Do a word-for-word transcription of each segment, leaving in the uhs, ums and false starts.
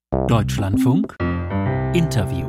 Deutschlandfunk Interview.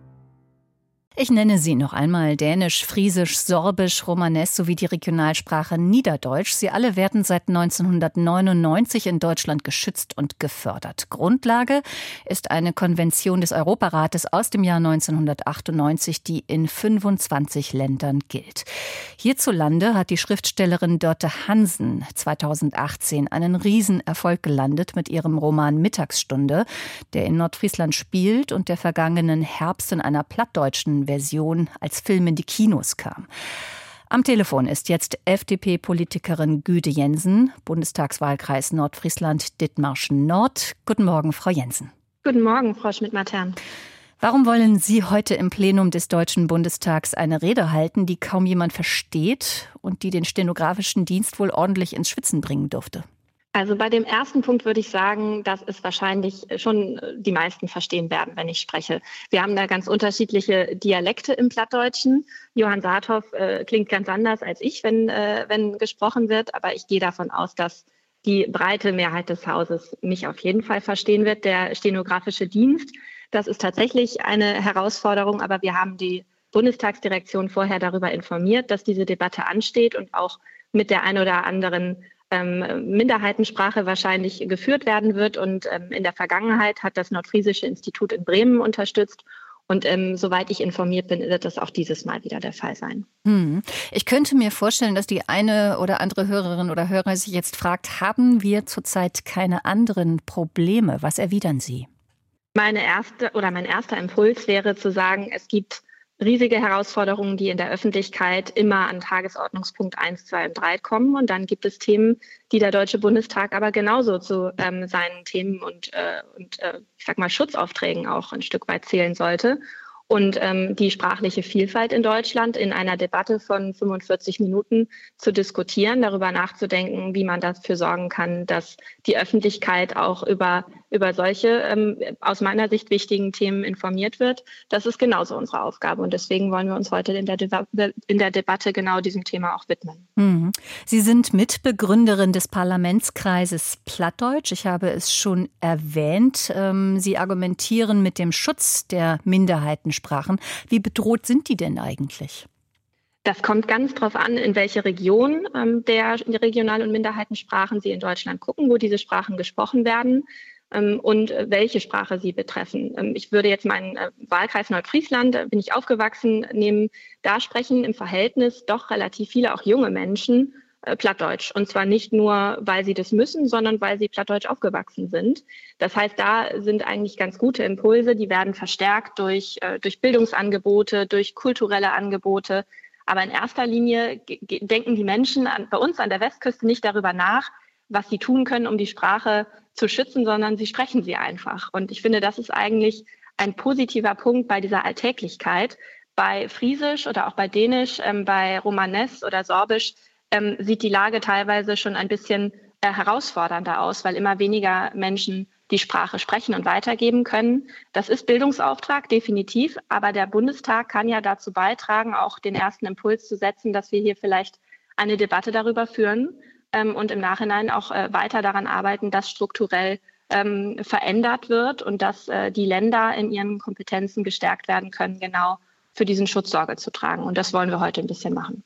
Ich nenne sie noch einmal: Dänisch, Friesisch, Sorbisch, Romanes sowie die Regionalsprache Niederdeutsch. Sie alle werden seit neunzehnhundertneunundneunzig in Deutschland geschützt und gefördert. Grundlage ist eine Konvention des Europarates aus dem Jahr neunzehnhundertachtundneunzig, die in fünfundzwanzig Ländern gilt. Hierzulande hat die Schriftstellerin Dörte Hansen zweitausendachtzehn einen Riesenerfolg gelandet mit ihrem Roman Mittagsstunde, der in Nordfriesland spielt und der vergangenen Herbst in einer plattdeutschen Version als Film in die Kinos kam. Am Telefon ist jetzt F D P-Politikerin Güde Jensen, Bundestagswahlkreis Nordfriesland-Dithmarschen Nord. Guten Morgen, Frau Jensen. Guten Morgen, Frau Schmidt-Matern. Warum wollen Sie heute im Plenum des Deutschen Bundestags eine Rede halten, die kaum jemand versteht und die den stenografischen Dienst wohl ordentlich ins Schwitzen bringen dürfte? Also bei dem ersten Punkt würde ich sagen, dass es wahrscheinlich schon die meisten verstehen werden, wenn ich spreche. Wir haben da ganz unterschiedliche Dialekte im Plattdeutschen. Johann Saathoff äh, klingt ganz anders als ich, wenn, äh, wenn gesprochen wird. Aber ich gehe davon aus, dass die breite Mehrheit des Hauses mich auf jeden Fall verstehen wird. Der stenografische Dienst, das ist tatsächlich eine Herausforderung. Aber wir haben die Bundestagsdirektion vorher darüber informiert, dass diese Debatte ansteht und auch mit der ein oder anderen Ähm, Minderheitensprache wahrscheinlich geführt werden wird. Und ähm, in der Vergangenheit hat das Nordfriesische Institut in Bremen unterstützt. Und ähm, soweit ich informiert bin, wird das auch dieses Mal wieder der Fall sein. Hm. Ich könnte mir vorstellen, dass die eine oder andere Hörerin oder Hörer sich jetzt fragt, haben wir zurzeit keine anderen Probleme? Was erwidern Sie? Meine erste oder mein erster Impuls wäre zu sagen, es gibt riesige Herausforderungen, die in der Öffentlichkeit immer an Tagesordnungspunkt eins, zwei und drei kommen. Und dann gibt es Themen, die der Deutsche Bundestag aber genauso zu ähm, seinen Themen und, äh, und äh, ich sag mal Schutzaufträgen auch ein Stück weit zählen sollte. Und ähm, die sprachliche Vielfalt in Deutschland in einer Debatte von fünfundvierzig Minuten zu diskutieren, darüber nachzudenken, wie man dafür sorgen kann, dass die Öffentlichkeit auch über, über solche ähm, aus meiner Sicht wichtigen Themen informiert wird. Das ist genauso unsere Aufgabe. Und deswegen wollen wir uns heute in der, De- in der Debatte genau diesem Thema auch widmen. Mhm. Sie sind Mitbegründerin des Parlamentskreises Plattdeutsch. Ich habe es schon erwähnt. Ähm, Sie argumentieren mit dem Schutz der Minderheiten. Sprachen. Wie bedroht sind die denn eigentlich? Das kommt ganz drauf an, in welche Region ähm, der Regional- und Minderheitensprachen Sie in Deutschland gucken, wo diese Sprachen gesprochen werden ähm, und äh, welche Sprache sie betreffen. Ähm, ich würde jetzt meinen äh, Wahlkreis Nordfriesland, da bin ich aufgewachsen, nehmen. Da sprechen im Verhältnis doch relativ viele, auch junge Menschen, Plattdeutsch. Und zwar nicht nur, weil sie das müssen, sondern weil sie plattdeutsch aufgewachsen sind. Das heißt, da sind eigentlich ganz gute Impulse, die werden verstärkt durch, äh, durch Bildungsangebote, durch kulturelle Angebote. Aber in erster Linie g- g- denken die Menschen an, bei uns an der Westküste nicht darüber nach, was sie tun können, um die Sprache zu schützen, sondern sie sprechen sie einfach. Und ich finde, das ist eigentlich ein positiver Punkt bei dieser Alltäglichkeit. Bei Friesisch oder auch bei Dänisch, ähm, bei Romanes oder Sorbisch Ähm, sieht die Lage teilweise schon ein bisschen äh, herausfordernder aus, weil immer weniger Menschen die Sprache sprechen und weitergeben können. Das ist Bildungsauftrag, definitiv. Aber der Bundestag kann ja dazu beitragen, auch den ersten Impuls zu setzen, dass wir hier vielleicht eine Debatte darüber führen ähm, und im Nachhinein auch äh, weiter daran arbeiten, dass strukturell ähm, verändert wird und dass äh, die Länder in ihren Kompetenzen gestärkt werden können, genau für diesen Schutz Sorge zu tragen. Und das wollen wir heute ein bisschen machen.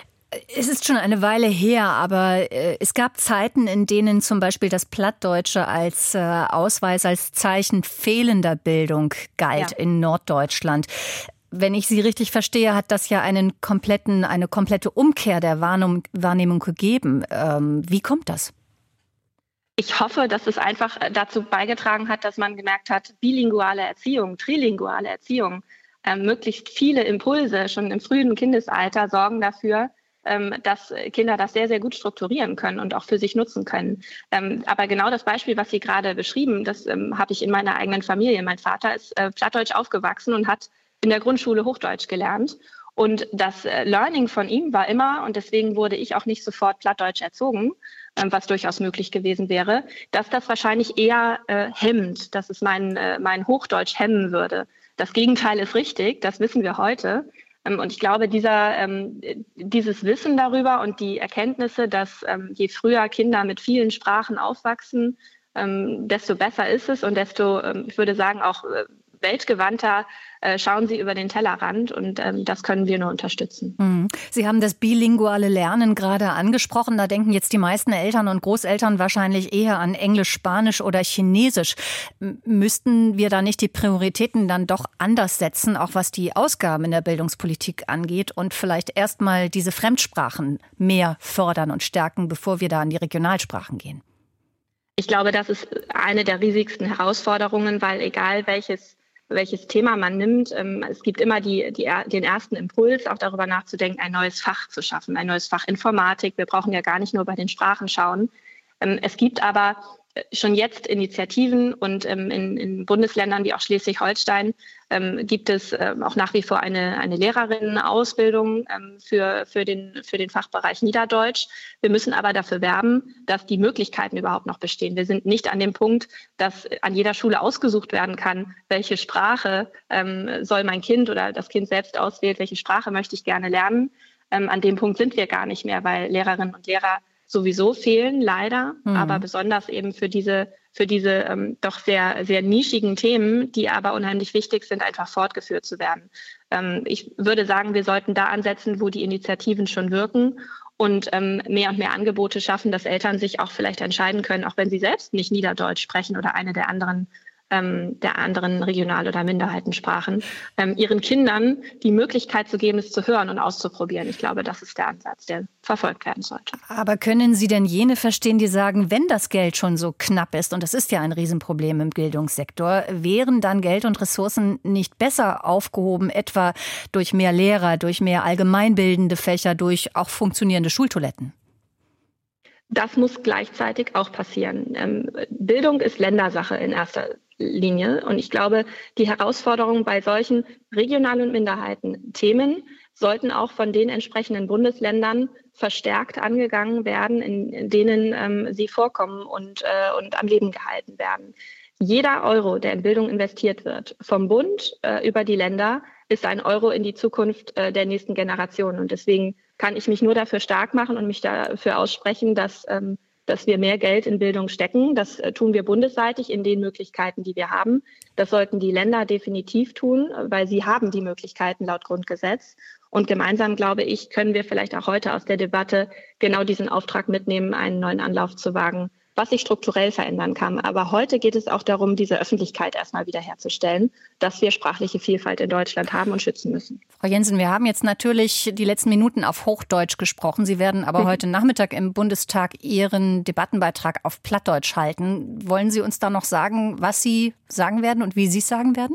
Es ist schon eine Weile her, aber äh, es gab Zeiten, in denen zum Beispiel das Plattdeutsche als äh, Ausweis, als Zeichen fehlender Bildung galt, ja, in Norddeutschland. Wenn ich Sie richtig verstehe, hat das ja einen kompletten, eine komplette Umkehr der Wahrnehmung, Wahrnehmung gegeben. Ähm, wie kommt das? Ich hoffe, dass es einfach dazu beigetragen hat, dass man gemerkt hat, bilinguale Erziehung, trilinguale Erziehung, äh, möglichst viele Impulse schon im frühen Kindesalter sorgen dafür, dass Kinder das sehr, sehr gut strukturieren können und auch für sich nutzen können. Aber genau das Beispiel, was Sie gerade beschrieben, das habe ich in meiner eigenen Familie. Mein Vater ist plattdeutsch aufgewachsen und hat in der Grundschule Hochdeutsch gelernt. Und das Learning von ihm war immer, und deswegen wurde ich auch nicht sofort plattdeutsch erzogen, was durchaus möglich gewesen wäre, dass das wahrscheinlich eher hemmt, dass es mein, mein Hochdeutsch hemmen würde. Das Gegenteil ist richtig, das wissen wir heute. Und ich glaube, dieser, ähm, dieses Wissen darüber und die Erkenntnisse, dass ähm, je früher Kinder mit vielen Sprachen aufwachsen, ähm, desto besser ist es und desto, ähm, ich würde sagen, auch äh, weltgewandter äh, schauen sie über den Tellerrand und ähm, das können wir nur unterstützen. Mhm. Sie haben das bilinguale Lernen gerade angesprochen. Da denken jetzt die meisten Eltern und Großeltern wahrscheinlich eher an Englisch, Spanisch oder Chinesisch. M- müssten wir da nicht die Prioritäten dann doch anders setzen, auch was die Ausgaben in der Bildungspolitik angeht und vielleicht erstmal diese Fremdsprachen mehr fördern und stärken, bevor wir da an die Regionalsprachen gehen? Ich glaube, das ist eine der riesigsten Herausforderungen, weil egal welches welches Thema man nimmt, ähm, es gibt immer die, die, den ersten Impuls, auch darüber nachzudenken, ein neues Fach zu schaffen, ein neues Fach Informatik. Wir brauchen ja gar nicht nur bei den Sprachen schauen. Ähm, es gibt aber schon jetzt Initiativen und ähm, in, in Bundesländern wie auch Schleswig-Holstein ähm, gibt es ähm, auch nach wie vor eine, eine Lehrerinnenausbildung ähm, für, für, den, für den Fachbereich Niederdeutsch. Wir müssen aber dafür werben, dass die Möglichkeiten überhaupt noch bestehen. Wir sind nicht an dem Punkt, dass an jeder Schule ausgesucht werden kann, welche Sprache ähm, soll mein Kind oder das Kind selbst auswählt, welche Sprache möchte ich gerne lernen. Ähm, an dem Punkt sind wir gar nicht mehr, weil Lehrerinnen und Lehrer sowieso fehlen, leider, mhm. aber besonders eben für diese, für diese ähm, doch sehr, sehr nischigen Themen, die aber unheimlich wichtig sind, einfach fortgeführt zu werden. Ähm, ich würde sagen, wir sollten da ansetzen, wo die Initiativen schon wirken und ähm, mehr und mehr Angebote schaffen, dass Eltern sich auch vielleicht entscheiden können, auch wenn sie selbst nicht Niederdeutsch sprechen oder eine der anderen ähm, der anderen Regional- oder Minderheitensprachen, ähm, ihren Kindern die Möglichkeit zu geben, es zu hören und auszuprobieren. Ich glaube, das ist der Ansatz, der verfolgt werden sollte. Aber können Sie denn jene verstehen, die sagen, wenn das Geld schon so knapp ist, und das ist ja ein Riesenproblem im Bildungssektor, wären dann Geld und Ressourcen nicht besser aufgehoben, etwa durch mehr Lehrer, durch mehr allgemeinbildende Fächer, durch auch funktionierende Schultoiletten? Das muss gleichzeitig auch passieren. Ähm, Bildung ist Ländersache in erster Linie. Und ich glaube, die Herausforderungen bei solchen Regional- und Minderheitenthemen sollten auch von den entsprechenden Bundesländern verstärkt angegangen werden, in, in denen ähm, sie vorkommen und, äh, und am Leben gehalten werden. Jeder Euro, der in Bildung investiert wird, vom Bund äh, über die Länder, ist ein Euro in die Zukunft äh, der nächsten Generation. Und deswegen kann ich mich nur dafür stark machen und mich dafür aussprechen, dass, ähm, dass wir mehr Geld in Bildung stecken. Das äh, tun wir bundesseitig in den Möglichkeiten, die wir haben. Das sollten die Länder definitiv tun, weil sie haben die Möglichkeiten laut Grundgesetz. Und gemeinsam, glaube ich, können wir vielleicht auch heute aus der Debatte genau diesen Auftrag mitnehmen, einen neuen Anlauf zu wagen, was sich strukturell verändern kann. Aber heute geht es auch darum, diese Öffentlichkeit erstmal wiederherzustellen, dass wir sprachliche Vielfalt in Deutschland haben und schützen müssen. Frau Jensen, wir haben jetzt natürlich die letzten Minuten auf Hochdeutsch gesprochen. Sie werden aber mhm. heute Nachmittag im Bundestag Ihren Debattenbeitrag auf Plattdeutsch halten. Wollen Sie uns da noch sagen, was Sie sagen werden und wie Sie es sagen werden?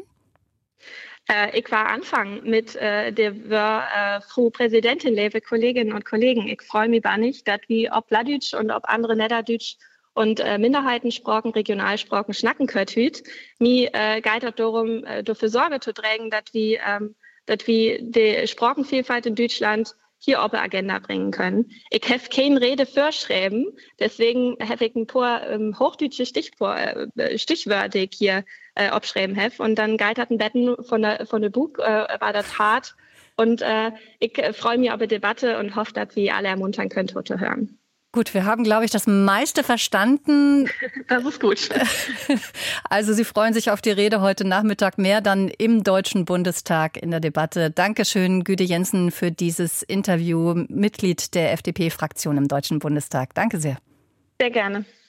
Äh, ich war anfangen mit äh, der äh, Frau Präsidentin, liebe Kolleginnen und Kollegen. Ich freue mich bannig, dass wir ob Plattdeutsch und ob andere Niederdütsch und äh, Minderheitensprachen, Regionalsprachen schnacken könnt hüt. Mir äh, geht es darum, äh, dafür Sorge zu tragen, dass wir, ähm, dass wir die Sprachenvielfalt in Deutschland hier auf die Agenda bringen können. Ich habe keine Rede vorschreiben, deswegen habe ich ein paar ähm, hochdeutsche Stichwörter äh, Stichwörter hier äh, abschreiben habe. Und dann geht das ein Betten von der, von der Buch, äh, war das hart. Und äh, ich äh, freue mich auf die Debatte und hoffe, dass wir alle ermuntern können, heute hören. Gut, wir haben, glaube ich, das meiste verstanden. Das ist gut. Also Sie freuen sich auf die Rede heute Nachmittag, mehr dann im Deutschen Bundestag in der Debatte. Dankeschön, Güde Jensen, für dieses Interview, Mitglied der F D P-Fraktion im Deutschen Bundestag. Danke sehr. Sehr gerne.